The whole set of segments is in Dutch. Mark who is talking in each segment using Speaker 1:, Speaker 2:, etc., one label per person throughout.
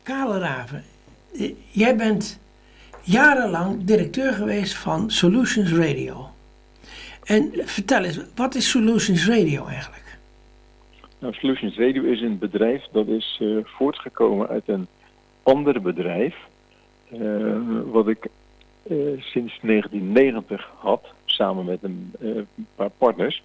Speaker 1: Karel Raven, jij bent jarenlang directeur geweest van Solutions Radio. En vertel eens, wat is Solutions Radio eigenlijk?
Speaker 2: Nou, Solutions Radio is een bedrijf dat is voortgekomen uit een ander bedrijf. Wat ik sinds 1990 had, samen met een paar partners.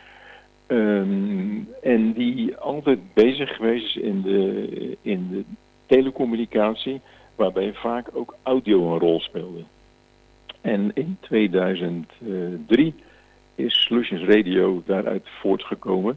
Speaker 2: En die altijd bezig geweest is in de telecommunicatie, waarbij vaak ook audio een rol speelde. En in 2003 is Solutions Radio daaruit voortgekomen.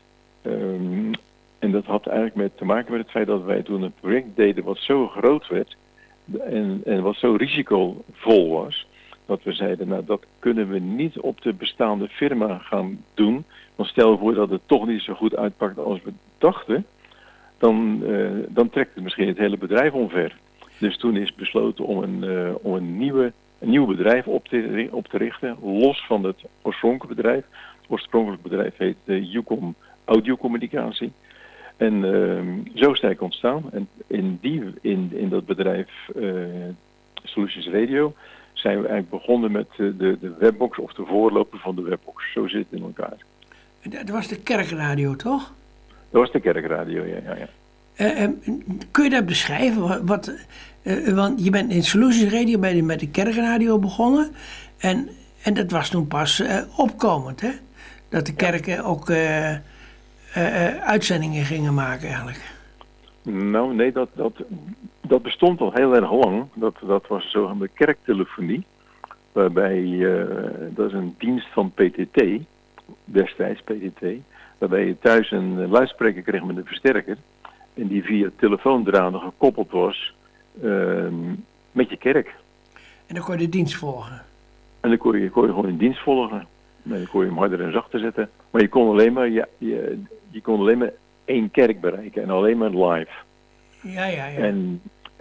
Speaker 2: En dat had eigenlijk te maken met het feit dat wij toen een project deden wat zo groot werd en wat zo risicovol was, dat we zeiden, nou dat kunnen we niet op de bestaande firma gaan doen. Want stel je voor dat het toch niet zo goed uitpakt als we dachten, dan trekt het misschien het hele bedrijf omver. Dus toen is besloten om een nieuw bedrijf op te richten, los van het oorspronkelijke bedrijf. Het oorspronkelijke bedrijf heet Ucom Audiocommunicatie. En zo is het ontstaan. En in dat bedrijf Solutions Radio zijn we eigenlijk begonnen met de webbox of de voorloper van de webbox. Zo zit het in elkaar.
Speaker 1: Dat was de kerkradio, toch?
Speaker 2: Dat was de kerkradio, ja.
Speaker 1: Kun je dat beschrijven? Want je bent in Solutions Radio met de kerkradio begonnen. En dat was toen pas opkomend, hè? Dat de kerken ook uitzendingen gingen maken eigenlijk.
Speaker 2: Nou, nee, dat bestond al heel erg lang. Dat was zogenaamde kerktelefonie. Waarbij, dat is een dienst van PTT, destijds PTT. Waarbij je thuis een luidspreker kreeg met een versterker. En die via telefoondraden gekoppeld was met je kerk.
Speaker 1: En dan kon je de dienst volgen?
Speaker 2: En dan kon je gewoon een dienst volgen. En dan kon je hem harder en zachter zetten. Maar je kon alleen maar één kerk bereiken en alleen maar live.
Speaker 1: Ja.
Speaker 2: En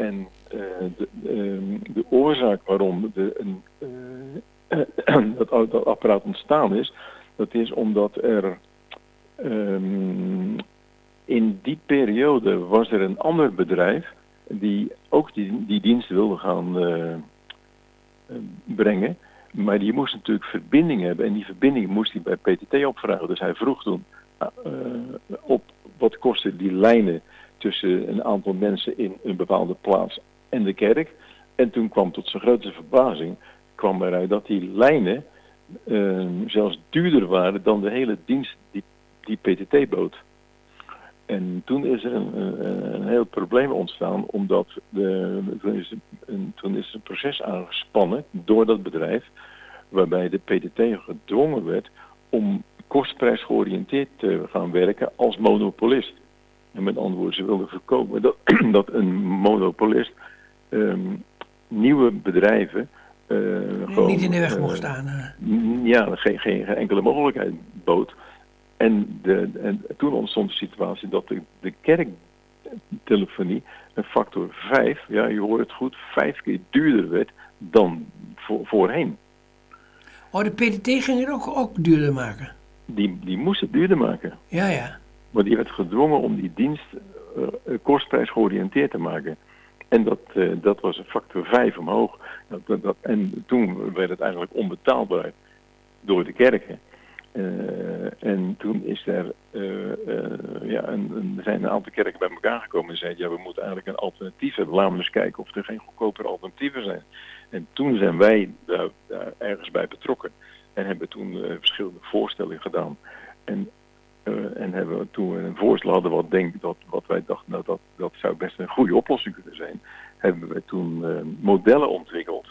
Speaker 2: de oorzaak waarom dat apparaat ontstaan is, dat is omdat er in die periode was er een ander bedrijf die ook die dienst wilde gaan brengen. Maar die moest natuurlijk verbinding hebben en die verbinding moest hij bij PTT opvragen. Dus hij vroeg toen op wat kosten die lijnen tussen een aantal mensen in een bepaalde plaats en de kerk. En toen kwam tot zijn grote verbazing eruit dat die lijnen zelfs duurder waren dan de hele dienst die PTT bood. En toen is er een heel probleem ontstaan, omdat toen is een proces aangespannen door dat bedrijf, waarbij de PTT gedwongen werd om kostprijsgeoriënteerd te gaan werken als monopolist. En met andere woorden, ze wilden voorkomen dat een monopolist nieuwe bedrijven gewoon
Speaker 1: niet in de weg mocht staan.
Speaker 2: Geen enkele mogelijkheid bood. En toen ontstond de situatie dat de kerktelefonie een factor 5, ja je hoort het goed, 5 keer duurder werd dan voorheen.
Speaker 1: Oh, de PTT ging het ook duurder maken?
Speaker 2: Die moest het duurder maken.
Speaker 1: Ja.
Speaker 2: Maar die werd gedwongen om die dienst kostprijs georiënteerd te maken. En dat was een factor 5 omhoog. En toen werd het eigenlijk onbetaalbaar door de kerken. En toen is er zijn een aantal kerken bij elkaar gekomen en zeiden, ja, we moeten eigenlijk een alternatief hebben. Laten we eens kijken of er geen goedkopere alternatieven zijn. En toen zijn wij daar ergens bij betrokken en hebben toen verschillende voorstellen gedaan. En hebben we toen een voorstel hadden wat wij dachten, nou dat zou best een goede oplossing kunnen zijn, hebben we toen modellen ontwikkeld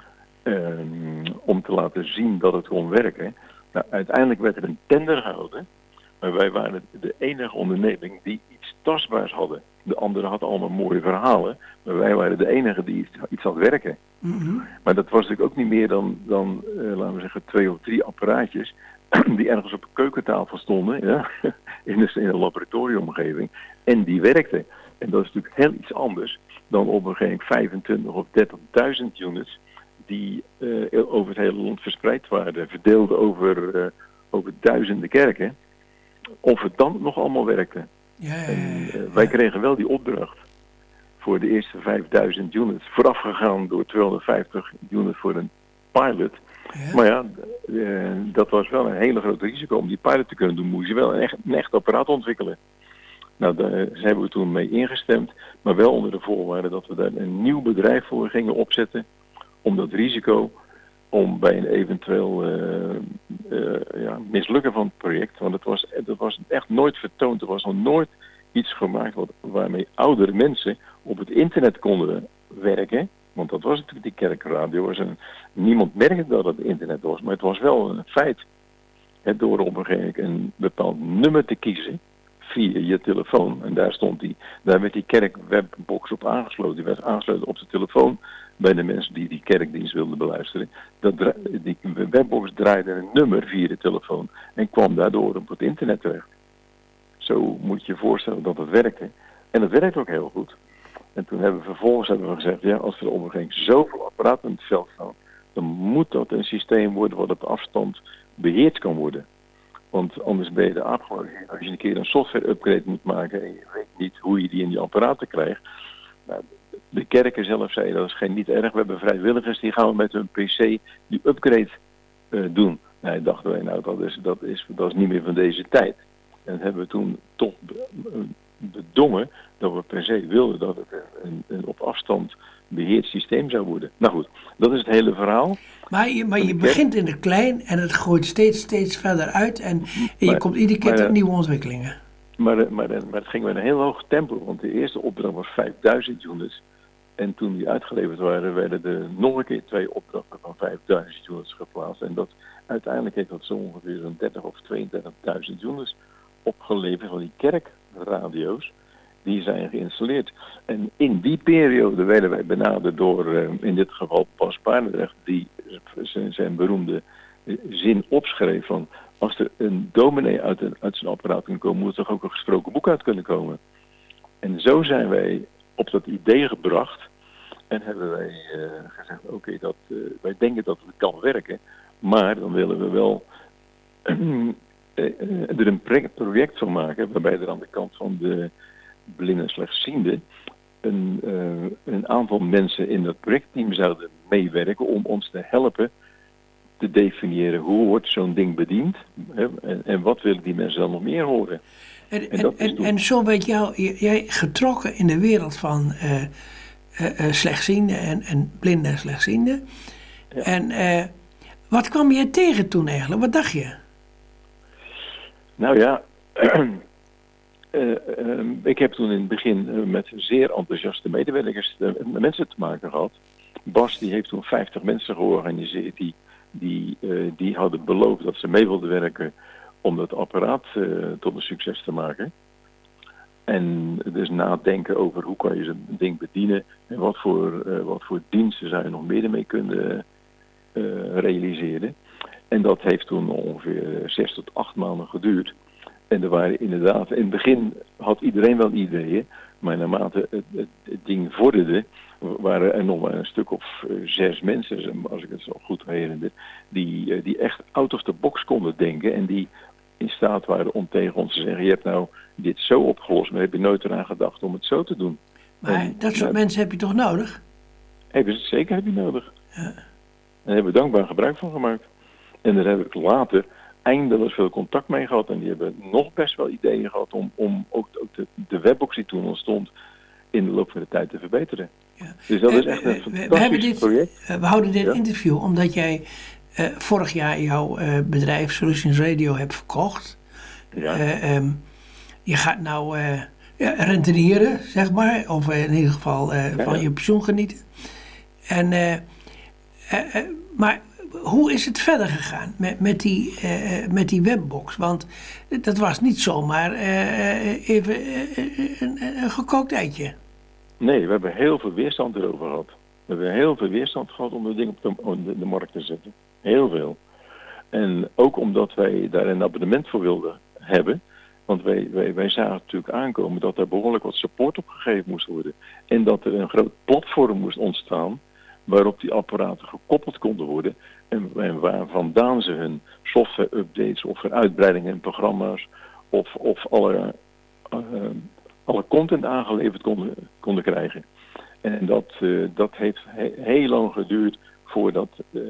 Speaker 2: om te laten zien dat het kon werken. Nou, uiteindelijk werd er een tender gehouden, maar wij waren de enige onderneming die iets tastbaars hadden. De anderen hadden allemaal mooie verhalen, maar wij waren de enige die iets had werken.
Speaker 1: Mm-hmm.
Speaker 2: Maar dat was natuurlijk ook niet meer dan laten we zeggen, 2 of 3 apparaatjes die ergens op een keukentafel stonden, ja, in een laboratoriumomgeving. En die werkten. En dat is natuurlijk heel iets anders dan op een gegeven moment 25 of 30.000 units die over het hele land verspreid waren, verdeeld over duizenden kerken, of het dan nog allemaal werkte.
Speaker 1: Ja.
Speaker 2: Wij kregen wel die opdracht voor de eerste 5000 units. Voorafgegaan door 250 units voor een pilot.
Speaker 1: Ja.
Speaker 2: Maar ja, dat was wel een hele groot risico. Om die pilot te kunnen doen, moest je wel een echt apparaat ontwikkelen. Nou, daar hebben we toen mee ingestemd. Maar wel onder de voorwaarde dat we daar een nieuw bedrijf voor gingen opzetten. Om dat risico, om bij een eventueel mislukken van het project. Want het was echt nooit vertoond. Er was nog nooit iets gemaakt waarmee oudere mensen op het internet konden werken. Want dat was natuurlijk die kerkradio. Niemand merkte dat het internet was, maar het was wel een feit. Door op een gegeven moment een bepaald nummer te kiezen via je telefoon. En daar werd die kerkwebbox op aangesloten. Die werd aangesloten op de telefoon bij de mensen die kerkdienst wilden beluisteren. Die webbox draaide een nummer via de telefoon en kwam daardoor op het internet terecht. Zo moet je je voorstellen dat het werkte. En het werkt ook heel goed. En toen hebben we vervolgens gezegd, ja, als er op een gegeven moment zoveel apparaten in het veld staan, dan moet dat een systeem worden wat op afstand beheerd kan worden. Want anders ben je de aap gewoon. Als je een keer een software upgrade moet maken en je weet niet hoe je die in die apparaten krijgt. Nou, de kerken zelf zeiden dat is niet erg. We hebben vrijwilligers die gaan met hun PC die upgrade doen. Nou, dachten wij, nou dat is niet meer van deze tijd. En dat hebben we toen toch bedongen dat we per se wilden dat het een op afstand beheerd systeem zou worden. Nou goed, dat is het hele verhaal.
Speaker 1: Maar je begint in het klein en het groeit steeds verder uit en je komt iedere keer tot nieuwe ontwikkelingen.
Speaker 2: Maar het ging met een heel hoog tempo, want de eerste opdracht was 5000 units. En toen die uitgeleverd waren, werden er nog een keer 2 opdrachten van 5000 units geplaatst. En uiteindelijk heeft dat zo ongeveer zo'n 30 of 32.000 units opgeleverd van die kerkradio's. Die zijn geïnstalleerd. En in die periode werden wij benaderd door, in dit geval Bas Paardendrecht, die zijn beroemde zin opschreef van, als er een dominee uit zijn apparaat kan komen, moet er toch ook een gesproken boek uit kunnen komen. En zo zijn wij op dat idee gebracht en hebben wij gezegd, oké, wij denken dat het kan werken, maar dan willen we wel er een project van maken, waarbij er aan de kant van de blind en slechtziende een aantal mensen in dat projectteam zouden meewerken om ons te helpen te definiëren hoe wordt zo'n ding bediend en wat willen die mensen dan nog meer horen.
Speaker 1: En zo werd jij getrokken in de wereld van slechtzienden en blinden en slechtzienden. Ja. En wat kwam je tegen toen eigenlijk? Wat dacht je?
Speaker 2: Nou ja, ik heb toen in het begin met zeer enthousiaste medewerkers, mensen te maken gehad. Bas die heeft toen 50 mensen georganiseerd die hadden beloofd dat ze mee wilden werken om dat apparaat tot een succes te maken. En dus nadenken over hoe kan je zo'n ding bedienen en wat voor diensten zou je nog meer mee kunnen realiseren. En dat heeft toen ongeveer 6 tot 8 maanden geduurd. En er waren inderdaad, in het begin had iedereen wel ideeën, maar naarmate het ding vorderde, waren er nog maar een stuk of 6 mensen, als ik het zo goed herinner, die echt out of the box konden denken en die in staat waren om tegen ons te zeggen, je hebt nou dit zo opgelost, maar heb je nooit eraan gedacht om het zo te doen.
Speaker 1: Maar dat soort mensen heb je toch nodig?
Speaker 2: Zeker heb je nodig.
Speaker 1: Ja.
Speaker 2: En daar hebben we dankbaar gebruik van gemaakt. En daar heb ik later eindeloos veel contact mee gehad. En die hebben nog best wel ideeën gehad om ook de webbox die toen ontstond in de loop van de tijd te verbeteren. Ja. Dus dat is echt een fantastisch project.
Speaker 1: We houden dit interview omdat jij vorig jaar jouw bedrijf Solutions Radio hebt verkocht.
Speaker 2: Ja.
Speaker 1: Je gaat nou rentenieren, zeg maar. Of in ieder geval van je pensioen genieten. Maar hoe is het verder gegaan met die webbox? Want dat was niet zomaar even een gekookt eitje.
Speaker 2: Nee, we hebben heel veel weerstand erover gehad. We hebben heel veel weerstand gehad om het ding op de markt te zetten. Heel veel. En ook omdat wij daar een abonnement voor wilden hebben. Want wij zagen natuurlijk aankomen dat er behoorlijk wat support op gegeven moest worden. En dat er een groot platform moest ontstaan waarop die apparaten gekoppeld konden worden. En waar vandaan ze hun software-updates of uitbreidingen in programma's of alle content aangeleverd konden krijgen. En dat heeft heel lang geduurd voordat...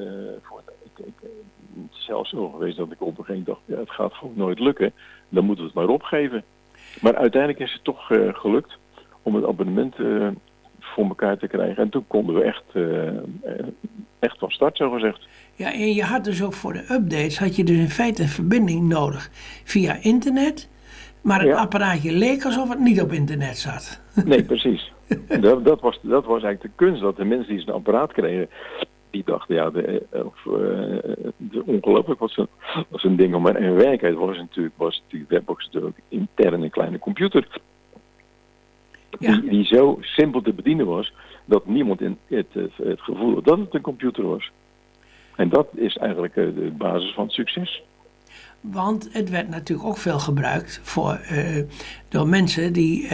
Speaker 2: Het is zelfs zo geweest dat ik op een gegeven moment dacht, ja, het gaat gewoon nooit lukken. Dan moeten we het maar opgeven. Maar uiteindelijk is het toch gelukt om het abonnement voor elkaar te krijgen. En toen konden we echt van start, zo gezegd.
Speaker 1: Ja, en je had dus ook voor de updates, had je dus in feite een verbinding nodig via internet. Maar het apparaatje leek alsof het niet op internet zat.
Speaker 2: Nee, precies. Dat was eigenlijk de kunst, dat de mensen die zo'n apparaat kregen, die dachten, ja, ongelooflijk was een ding. Maar in werkelijkheid was die Webbox natuurlijk intern een kleine computer. Ja. Die zo simpel te bedienen was, dat niemand in het gevoel had dat het een computer was. En dat is eigenlijk de basis van het succes.
Speaker 1: Want het werd natuurlijk ook veel gebruikt door mensen die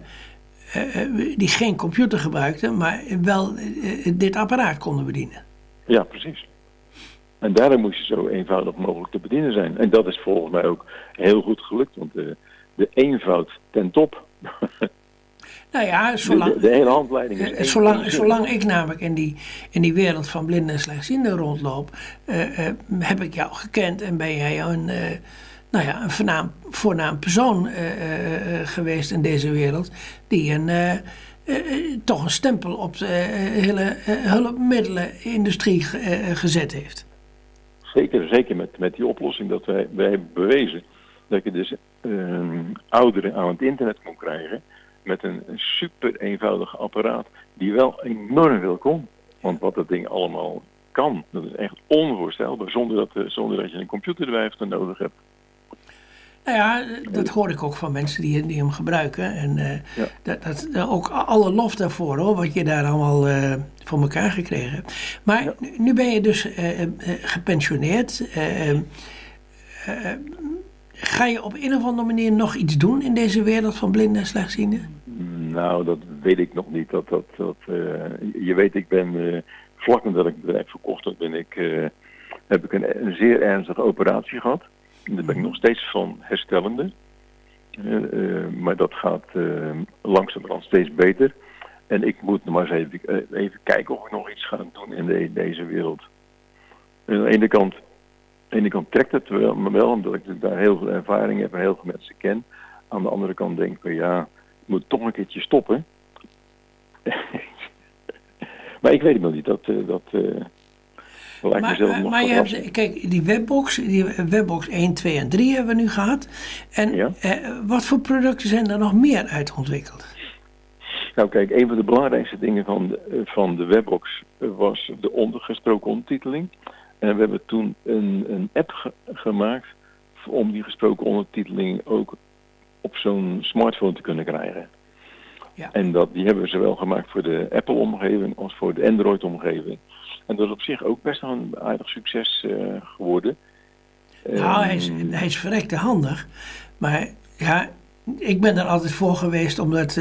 Speaker 1: geen computer gebruikten, maar wel dit apparaat konden bedienen.
Speaker 2: Ja, precies. En daarom moest je zo eenvoudig mogelijk te bedienen zijn. En dat is volgens mij ook heel goed gelukt, want de eenvoud ten top.
Speaker 1: Nou ja,
Speaker 2: de hele handleiding is
Speaker 1: zolang ik namelijk in die wereld van blinden en slechtzienden rondloop, heb ik jou gekend en ben jij een voornaam persoon geweest in deze wereld, die toch een stempel op de hele hulpmiddelenindustrie gezet heeft.
Speaker 2: Zeker met die oplossing dat wij hebben bewezen dat je dus ouderen aan het internet kon krijgen met een super eenvoudig apparaat die wel enorm veel kon. Want wat dat ding allemaal kan, dat is echt onvoorstelbaar zonder dat je een computer erbij nodig hebt.
Speaker 1: Nou ja, dat hoor ik ook van mensen die hem gebruiken. En dat ook alle lof daarvoor, hoor, wat je daar allemaal voor elkaar gekregen hebt. Maar nu ben je dus gepensioneerd. Ga je op een of andere manier nog iets doen in deze wereld van blinden en slechtzienden?
Speaker 2: Nou, dat weet ik nog niet. Je weet, ik ben vlak nadat ik het bedrijf verkocht had, heb ik een zeer ernstige operatie gehad. Daar ben ik nog steeds van herstellende. Maar dat gaat langzamerhand steeds beter. En ik moet nog maar eens even kijken of ik nog iets ga doen in deze wereld. Aan de ene kant trekt het me wel, omdat ik daar heel veel ervaring heb en heel veel mensen ken. Aan de andere kant denk ik, ja, ik moet toch een keertje stoppen. Maar ik weet het nog niet.
Speaker 1: Maar je hebt, kijk, die Webbox 1, 2 en 3 hebben we nu gehad. En wat voor producten zijn er nog meer uitontwikkeld?
Speaker 2: Nou kijk, een van de belangrijkste dingen van de Webbox was de gesproken ondertiteling. En we hebben toen een app gemaakt om die gesproken ondertiteling ook op zo'n smartphone te kunnen krijgen. Ja. En die hebben we zowel gemaakt voor de Apple-omgeving als voor de Android-omgeving. En dat is op zich ook best wel een aardig succes geworden.
Speaker 1: Nou, hij is verrekte handig. Maar ja, ik ben er altijd voor geweest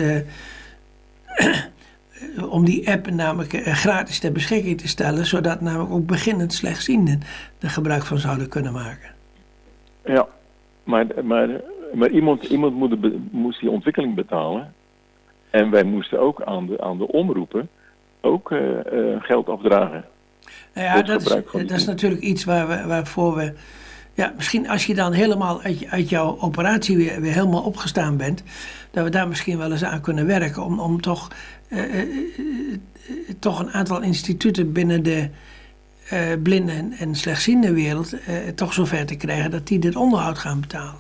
Speaker 1: om die app namelijk gratis ter beschikking te stellen, zodat namelijk ook beginnend slechtzienden er gebruik van zouden kunnen maken.
Speaker 2: Ja, maar iemand moest die ontwikkeling betalen. En wij moesten ook aan de omroepen ook geld afdragen.
Speaker 1: Nou ja, dat is natuurlijk iets waarvoor we... Ja, misschien als je dan helemaal uit jouw operatie weer helemaal opgestaan bent, dat we daar misschien wel eens aan kunnen werken om toch een aantal instituten binnen de blinden en slechtziende wereld toch zover te krijgen dat die dit onderhoud gaan betalen.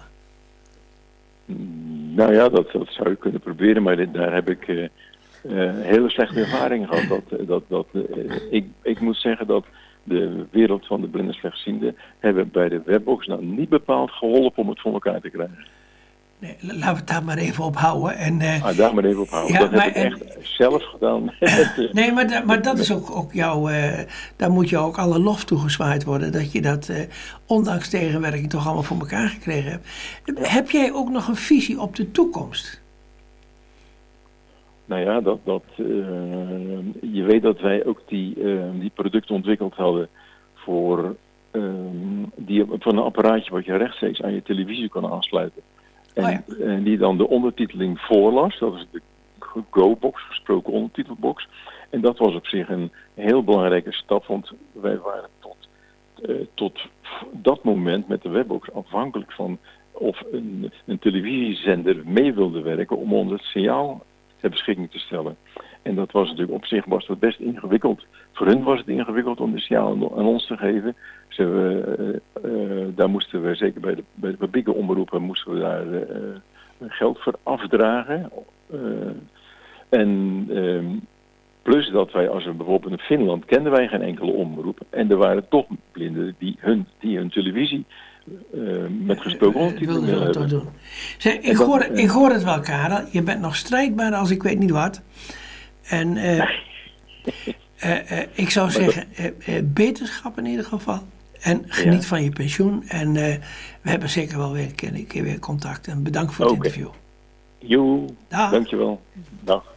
Speaker 2: Nou ja, dat zou je kunnen proberen, maar daar heb ik hele slechte ervaringen gehad. Ik moet zeggen dat de wereld van de blinden en slechtzienden hebben bij de Webbox nou niet bepaald geholpen om het voor elkaar te krijgen.
Speaker 1: Nee, laten we het daar maar even op houden.
Speaker 2: Daar maar even op houden. Ja, dat heb ik echt zelf gedaan.
Speaker 1: Nee, maar dat is ook jouw... daar moet je ook alle lof toegezwaaid worden. Dat je dat, ondanks tegenwerking, toch allemaal voor elkaar gekregen hebt. Ja. Heb jij ook nog een visie op de toekomst?
Speaker 2: Nou ja, je weet dat wij ook die producten ontwikkeld hadden voor een apparaatje wat je rechtstreeks aan je televisie kan aansluiten. En die dan de ondertiteling voorlas. Dat is de Go-box, gesproken ondertitelbox. En dat was op zich een heel belangrijke stap, want wij waren tot dat moment met de webbox afhankelijk van of een televisiezender mee wilde werken om ons het signaal ter beschikking te stellen. En dat was natuurlijk op zich was dat best ingewikkeld. Voor hun was het ingewikkeld om de signaal aan ons te geven. Daar moesten we, zeker bij de publieke omroepen, moesten we daar geld voor afdragen. Plus dat wij, als we bijvoorbeeld in Finland kenden wij geen enkele omroep. En er waren toch blinden die hun televisie met gesproken ondertiteling wilden hebben.
Speaker 1: Doen. Zeg, ik hoor het wel, Karel. Je bent nog strijdbaar als ik weet niet wat. En ik zou zeggen, beterschap in ieder geval. En geniet van je pensioen. En we hebben zeker wel weer een keer weer contact. En bedankt voor het interview.
Speaker 2: Jo, dankjewel. Dag.